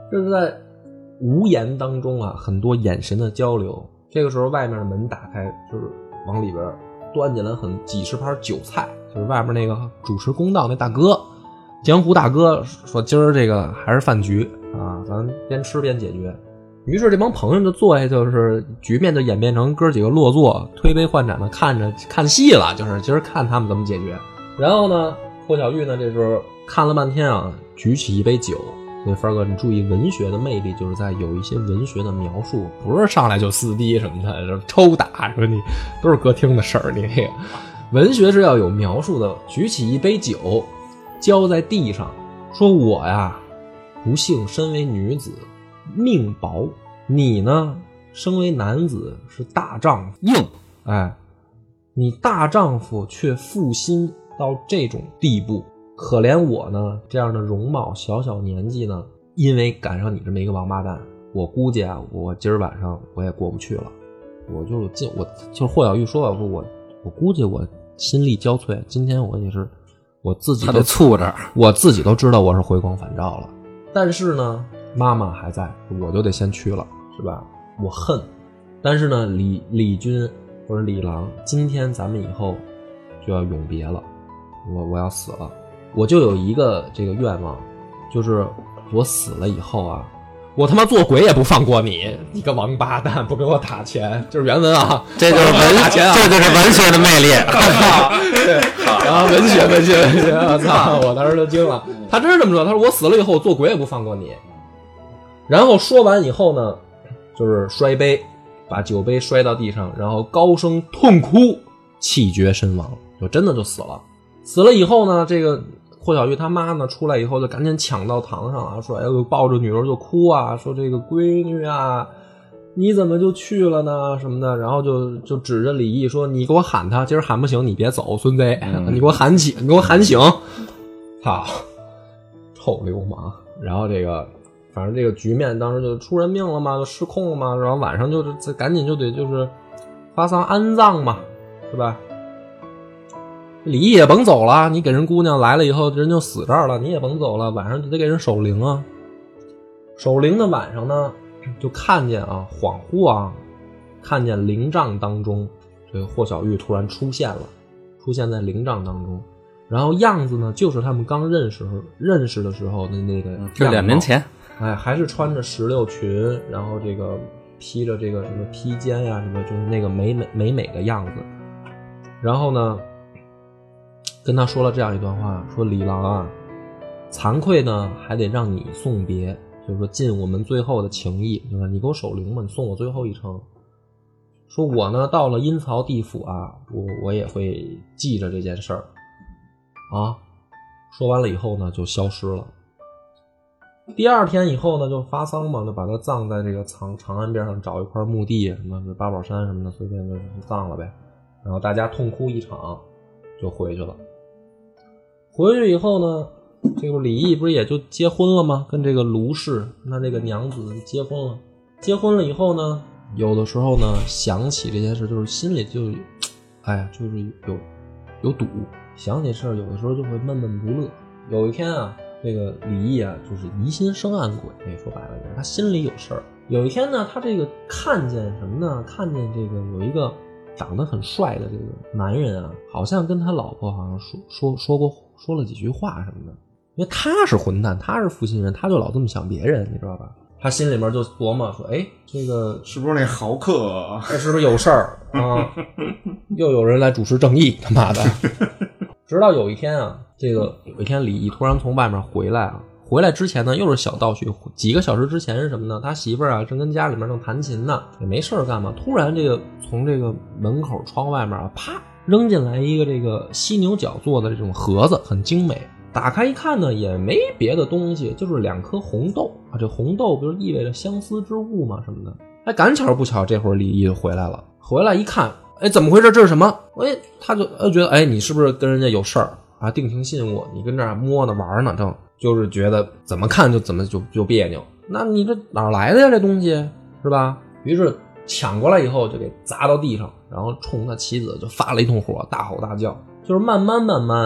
这是在无言当中啊，很多眼神的交流。这个时候外面的门打开，就是往里边端进来很几十盘酒菜，就是外面那个主持公道那大哥，江湖大哥说今儿这个还是饭局啊，咱边吃边解决。于是这帮朋友就坐下，就是局面就演变成哥几个落座推杯换盏的看着看戏了，就是今儿看他们怎么解决。然后呢霍小玉呢这时候看了半天啊，举起一杯酒。所以帆哥你注意，文学的魅力就是在有一些文学的描述，不是上来就撕逼什么的抽打说你都是歌厅的事儿，你那个文学是要有描述的。举起一杯酒浇在地上，说我呀不幸身为女子命薄，你呢身为男子是大丈夫硬， 哎，你大丈夫却负心到这种地步，可怜我呢这样的容貌，小小年纪呢，因为赶上你这么一个王八蛋，我估计啊我今儿晚上我也过不去了。我就进我就是霍小玉说吧，我我估计我心力交瘁，今天我也是我自己他得醋着， 我自己都知道我是回光返照了，但是呢妈妈还在，我就得先去了，是吧？我恨，但是呢李李军或者李郎，今天咱们以后就要永别了，我我要死了。我就有一个这个愿望，就是我死了以后啊，我他妈做鬼也不放过你，你个王八蛋，不给我打钱，就是原文啊， 这就是文， 打钱啊， 这就是文学的魅力。 对，然后文学文学文学，我操，我当时就惊了。他真是这么说，他说我死了以后，我做鬼也不放过你。然后说完以后呢，就是摔杯，把酒杯摔到地上，然后高声痛哭，气绝身亡，就真的就死了。死了以后呢，这个霍小玉他妈呢出来以后就赶紧抢到堂上啊，说哎呦抱着女儿就哭啊，说这个闺女啊，你怎么就去了呢什么的，然后就就指着李毅说你给我喊他，今儿喊不醒你别走，孙子、嗯、你给我喊起，你给我喊醒，操，臭流氓。然后这个反正这个局面当时就出人命了嘛，就失控了嘛，然后晚上就是赶紧就得就是发丧安葬嘛，是吧？李毅也甭走了，你给人姑娘来了以后人就死这儿了，你也甭走了，晚上就得给人守灵啊。守灵的晚上呢就看见啊，恍惚啊看见灵帐当中这个霍小玉突然出现了，出现在灵帐当中，然后样子呢就是他们刚认识认识的时候的那个样貌， 就两年前， 哎，还是穿着石榴裙，然后这个披着这个什么披肩呀、啊、什么，就是那个美美美美的样子。然后呢跟他说了这样一段话，说李郎啊，惭愧呢还得让你送别，就是说尽我们最后的情谊，对吧？你给我守灵嘛，你送我最后一程。说我呢到了阴曹地府啊，我我也会记着这件事儿啊。说完了以后呢就消失了。第二天以后呢就发丧嘛，就把他葬在这个长长安边上，找一块墓地，什么八宝山什么的，随便就葬了呗。然后大家痛哭一场就回去了。回去以后呢，这个李毅不是也就结婚了吗？跟这个卢氏那这个娘子结婚了。结婚了以后呢，有的时候呢想起这件事，就是心里就哎呀就是有有堵，想起事儿有的时候就会闷闷不乐。有一天啊，这个李毅啊就是疑心生暗鬼，说白了就是他心里有事儿。有一天呢，他这个看见什么呢？看见这个有一个长得很帅的这个男人啊，好像跟他老婆好像说说说过说了几句话什么的。因为他是混蛋，他是负心人，他就老这么想别人，你知道吧？他心里面就琢磨说，哎，这个是不是那豪客啊？ 哎，是不是有事儿啊？又有人来主持正义，他妈的！直到有一天啊，这个有一天李毅突然从外面回来啊，回来之前呢又是小道具，几个小时之前是什么呢？他媳妇儿啊正跟家里面正弹琴呢，也没事儿干嘛，突然这个从这个门口窗外面啊，啪扔进来一个这个犀牛角做的这种盒子，很精美。打开一看呢，也没别的东西，就是两颗红豆啊。这红豆不是意味着相思之物吗？什么的。哎，赶巧不巧，这会儿李毅就回来了。回来一看，哎，怎么回事？这是什么？哎，他就呃觉得，哎，你是不是跟人家有事儿啊？定情信物，你跟这儿摸呢玩呢，正就是觉得怎么看就怎么就就别扭。那你这哪来的呀？这东西是吧？于是抢过来以后就给砸到地上，然后冲他妻子就发了一通火，大吼大叫。就是慢慢慢慢啊。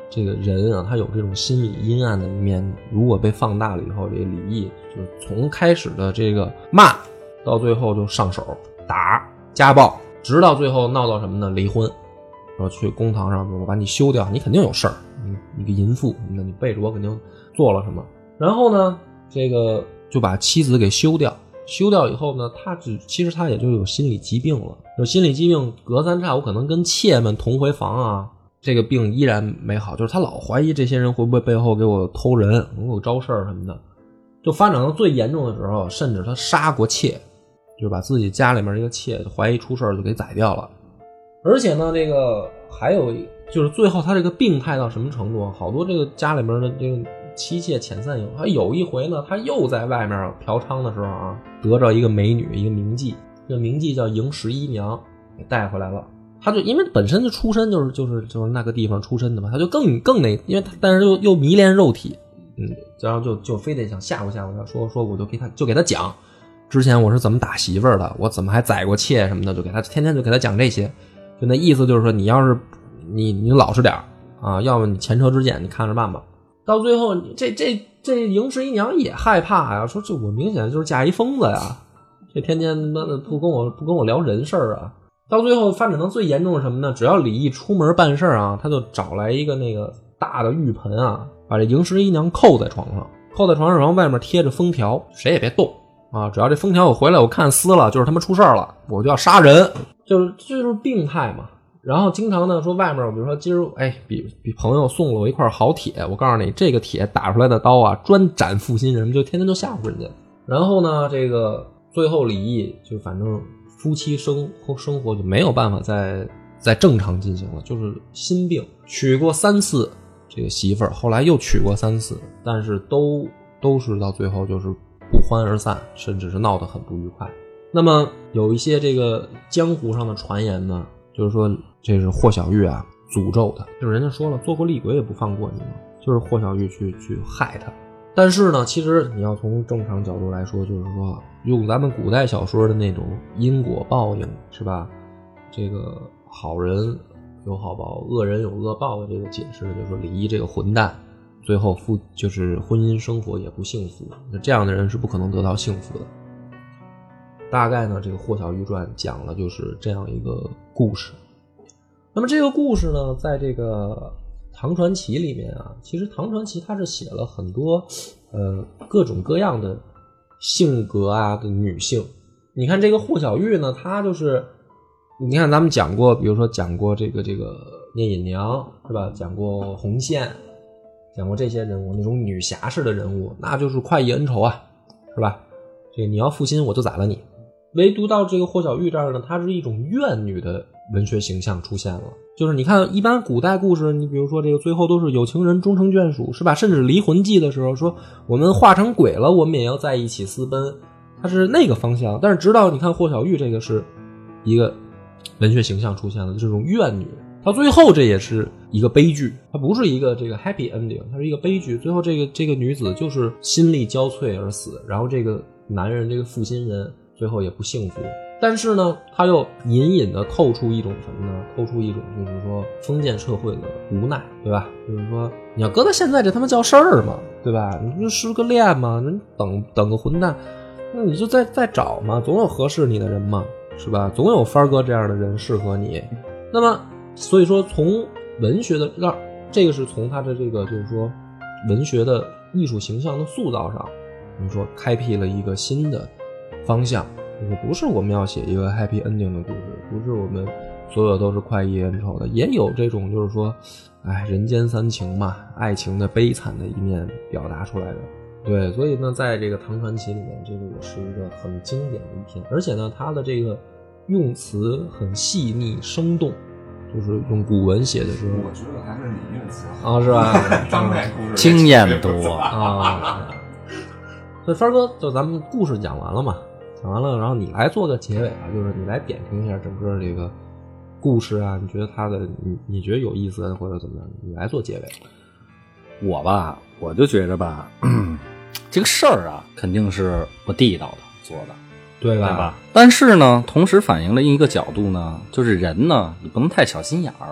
这个人啊，他有这种心理阴暗的一面，如果被放大了以后，这个李毅就是从开始的这个骂，到最后就上手打家暴，直到最后闹到什么呢？离婚，然后去公堂上我把你休掉，你肯定有事儿，你你个淫妇，那你背着我肯定做了什么。然后呢，这个就把妻子给休掉，休掉以后呢，他只其实他也就有心理疾病了，有心理疾病，隔三差五可能跟妾们同回房啊。这个病依然没好，就是他老怀疑这些人会不会背后给我偷人，给我招事儿什么的，就发展到最严重的时候，甚至他杀过妾，就是把自己家里面这个妾怀疑出事儿就给宰掉了。而且呢，这个还有就是最后他这个病态到什么程度，好多这个家里面的这个妻妾遣散以后，还有一回呢，他又在外面嫖娼的时候啊，得着一个美女，一个名妓，这个名妓叫迎十一娘，给带回来了。他就因为本身就出身就是就是就是那个地方出身的嘛，他就更更那，因为他但是又又迷恋肉体，嗯，然后就就非得想吓唬吓唬他，说说我就给他就给他讲，之前我是怎么打媳妇儿的，我怎么还宰过妾什么的，就给他天天就给他讲这些，就那意思就是说你要是你你老实点啊，要么你前车之鉴，你看着办吧。到最后这这这迎十一娘也害怕呀，说这我明显就是嫁一疯子呀，这天天妈的不跟我不跟我聊人事儿啊。到最后发展到最严重的什么呢？只要李毅出门办事啊，他就找来一个那个大的浴盆啊，把这迎十一娘扣在床上，扣在床上，然后外面贴着封条，谁也别动啊！只要这封条我回来我看撕了，就是他妈出事了，我就要杀人，就是这就是病态嘛。然后经常呢说外面，比如说今儿哎，比比朋友送了我一块好铁，我告诉你这个铁打出来的刀啊，专斩负心人，就天天就吓唬人家。然后呢，这个最后李毅就反正。夫妻生生活就没有办法再再正常进行了，就是心病，娶过三次这个媳妇儿，后来又娶过三次，但是都都是到最后就是不欢而散，甚至是闹得很不愉快。那么有一些这个江湖上的传言呢，就是说这是霍小玉啊诅咒的，就是人家说了，做过厉鬼也不放过你嘛，就是霍小玉去去害他。但是呢，其实你要从正常角度来说，就是说用咱们古代小说的那种因果报应，是吧？这个好人有好报，恶人有恶报的这个解释，就是说李毅这个混蛋，最后夫就是婚姻生活也不幸福，那这样的人是不可能得到幸福的。大概呢，这个《霍小玉传》讲了就是这样一个故事。那么这个故事呢，在这个唐传奇里面啊，其实唐传奇它是写了很多呃各种各样的性格啊的女性。你看这个霍小玉呢，她就是你看咱们讲过，比如说讲过这个这个聂隐娘是吧，讲过红线，讲过这些人物，那种女侠式的人物，那就是快意恩仇啊，是吧？这个你要负心我就宰了你。唯独到这个霍小玉这儿呢，她是一种怨女的文学形象出现了。就是你看一般古代故事，你比如说这个最后都是有情人终成眷属，是吧？甚至离魂记的时候说我们化成鬼了，我们也要在一起私奔，它是那个方向。但是直到你看霍小玉这个是一个文学形象出现了，这种怨女，到最后这也是一个悲剧，它不是一个这个 happy ending， 它是一个悲剧。最后这个这个女子就是心力交瘁而死，然后这个男人这个负心人最后也不幸福。但是呢，他又隐隐的透出一种什么呢？透出一种就是说封建社会的无奈，对吧？就是说你要搁到现在这他妈叫事儿嘛，对吧？你不是失个恋嘛，你等等个混蛋，那你就再再找嘛，总有合适你的人嘛，是吧？总有帆哥这样的人适合你。那么所以说从文学的让这个是从他的这个就是说文学的艺术形象的塑造上，我们说开辟了一个新的方向。就是不是我们要写一个 happy ending 的故事，不是我们所有都是快意恩仇的，也有这种就是说哎，人间三情嘛，爱情的悲惨的一面表达出来的。对，所以呢在这个唐传奇里面，这个也是一个很经典的一篇，而且呢它的这个用词很细腻生动，就是用古文写的时候， 我觉得还是你用词啊，是吧？ 当代故事经验多啊。所以帆哥就咱们故事讲完了嘛，讲完了，然后你来做个结尾啊，就是你来点评一下整个这个故事啊，你觉得它的你你觉得有意思或者怎么样，你来做结尾。 我吧，我就觉着吧，这个事儿啊，肯定是不地道的做的， 对吧？ 对吧？但是呢，同时反映了一个角度呢，就是人呢，你不能太小心眼儿。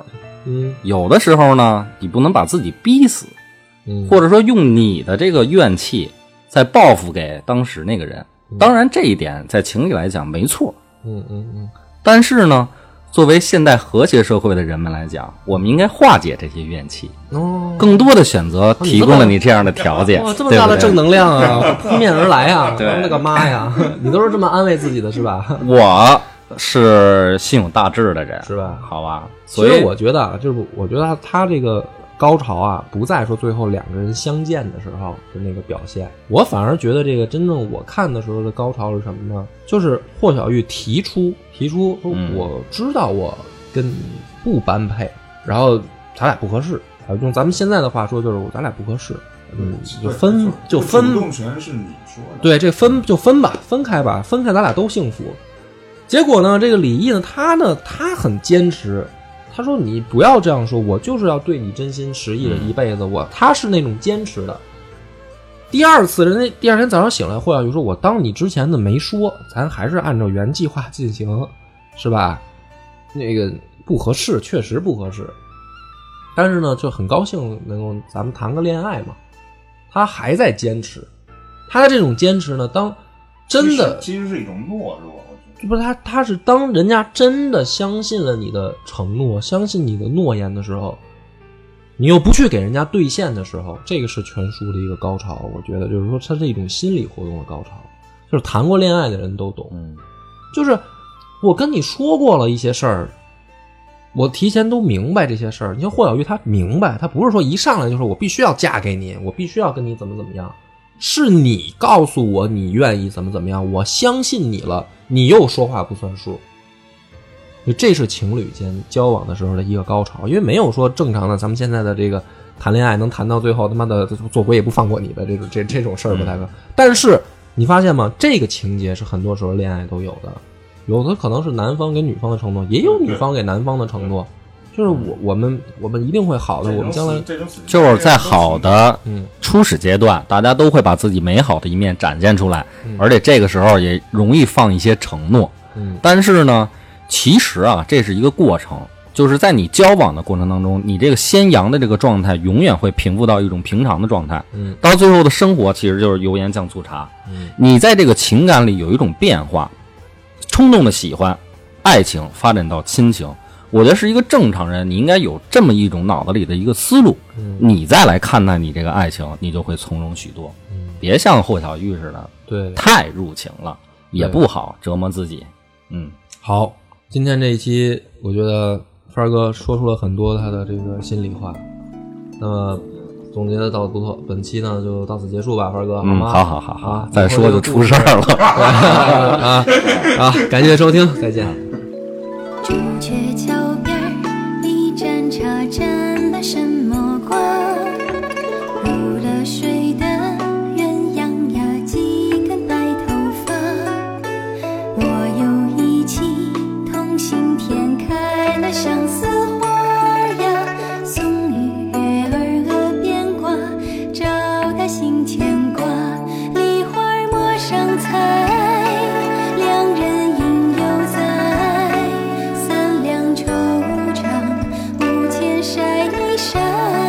嗯有的时候呢，你不能把自己逼死， 嗯， 或者说用你的这个怨气再报复给当时那个人。当然这一点在情理来讲没错， 嗯嗯嗯， 但是呢，作为现代和谐社会的人们来讲，我们应该化解这些怨气， 哦， 更多的选择提供了你这样的条件。 哇，这么大的正能量啊，扑面而来啊！ 对我的个妈呀，你都是这么安慰自己的是吧？ 我是心有大志的人， 是吧？ 好吧， 其所以实我觉得啊，就是我觉得他他这个高潮啊，不再说最后两个人相见的时候的那个表现，我反而觉得这个真正我看的时候的高潮是什么呢？就是霍小玉提出提出说， 嗯我知道我跟你不般配，然后咱俩不合适，用咱们现在的话说就是咱俩不合适，嗯，就分就分， 主动权是你说的， 对，这分就分吧，分开吧，分开咱俩都幸福。结果呢，这个李毅呢，他呢，他很坚持，他说你不要这样说，我就是要对你真心实意的一辈子。我他是那种坚持的。第二次，人家第二天早上醒来，霍小玉说：“我当你之前的没说，咱还是按照原计划进行，是吧？那个不合适，确实不合适。但是呢，就很高兴能够咱们谈个恋爱嘛。他还在坚持，他的这种坚持呢，当真的其实其实是一种懦弱，我觉得不是他，他是当人家真的相信了你的承诺，相信你的诺言的时候，你又不去给人家兑现的时候，这个是全书的一个高潮。我觉得就是说，它是一种心理活动的高潮，就是谈过恋爱的人都懂。 嗯， 就是我跟你说过了一些事儿，我提前都明白这些事儿。你像霍小玉，她明白，她不是说一上来就说我必须要嫁给你，我必须要跟你怎么怎么样，是你告诉我你愿意怎么怎么样，我相信你了，你又说话不算数。就这是情侣间交往的时候的一个高潮，因为没有说正常的咱们现在的这个谈恋爱能谈到最后他妈的做鬼也不放过你的这种这这种事儿不太可能。但是你发现吗？这个情节是很多时候恋爱都有的，有的可能是男方给女方的承诺，也有女方给男方的承诺，就是我我们我们一定会好的，我们将来就是在好的嗯初始阶段，大家都会把自己美好的一面展现出来，而且这个时候也容易放一些承诺。 嗯， 但是呢，其实啊，这是一个过程，就是在你交往的过程当中，你这个先扬的这个状态永远会平复到一种平常的状态。 嗯， 到最后的生活其实就是油盐酱醋茶。 嗯， 你在这个情感里有一种变化，冲动的喜欢，爱情发展到亲情。我觉得是一个正常人，你应该有这么一种脑子里的一个思路， 嗯你再来看待你这个爱情，你就会从容许多。 嗯， 别像霍小玉似的， 对， 太入情了，也不好，折磨自己。嗯， 好，今天这一期我觉得帆儿哥说出了很多他的这个心里话，那么总结的倒不错，本期呢就到此结束吧，帆儿哥，好吗？ 嗯，好好好好， 啊， 再说就出事儿了。 啊啊！感谢收听，再见。 朱雀桥边儿一盏茶沾了什么光？入了水的鸳鸯呀，几根白头发。我有一期同心田开了相思花呀，松雨月儿额边挂，照他心牵挂。梨花陌上采，两人应犹在。三两惆怅，无间晒一晒。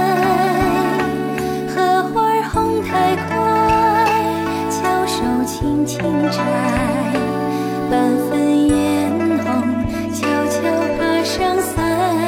荷花红太快，巧手轻轻摘。半分嫣红，悄悄爬上腮。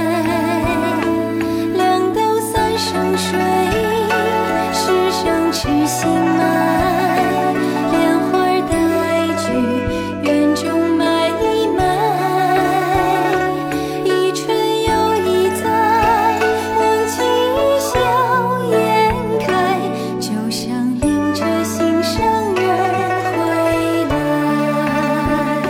两斗三生水，十生痴心埋。莲花带菊，园中埋一埋。一春又一载，忘记笑颜开，就像领着心上人回来。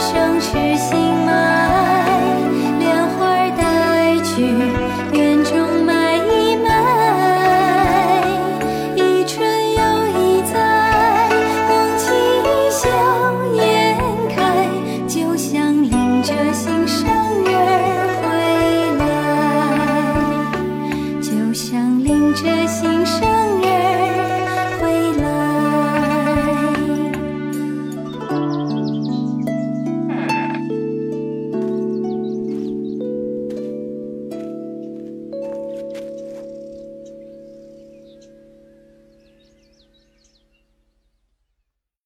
生痴心。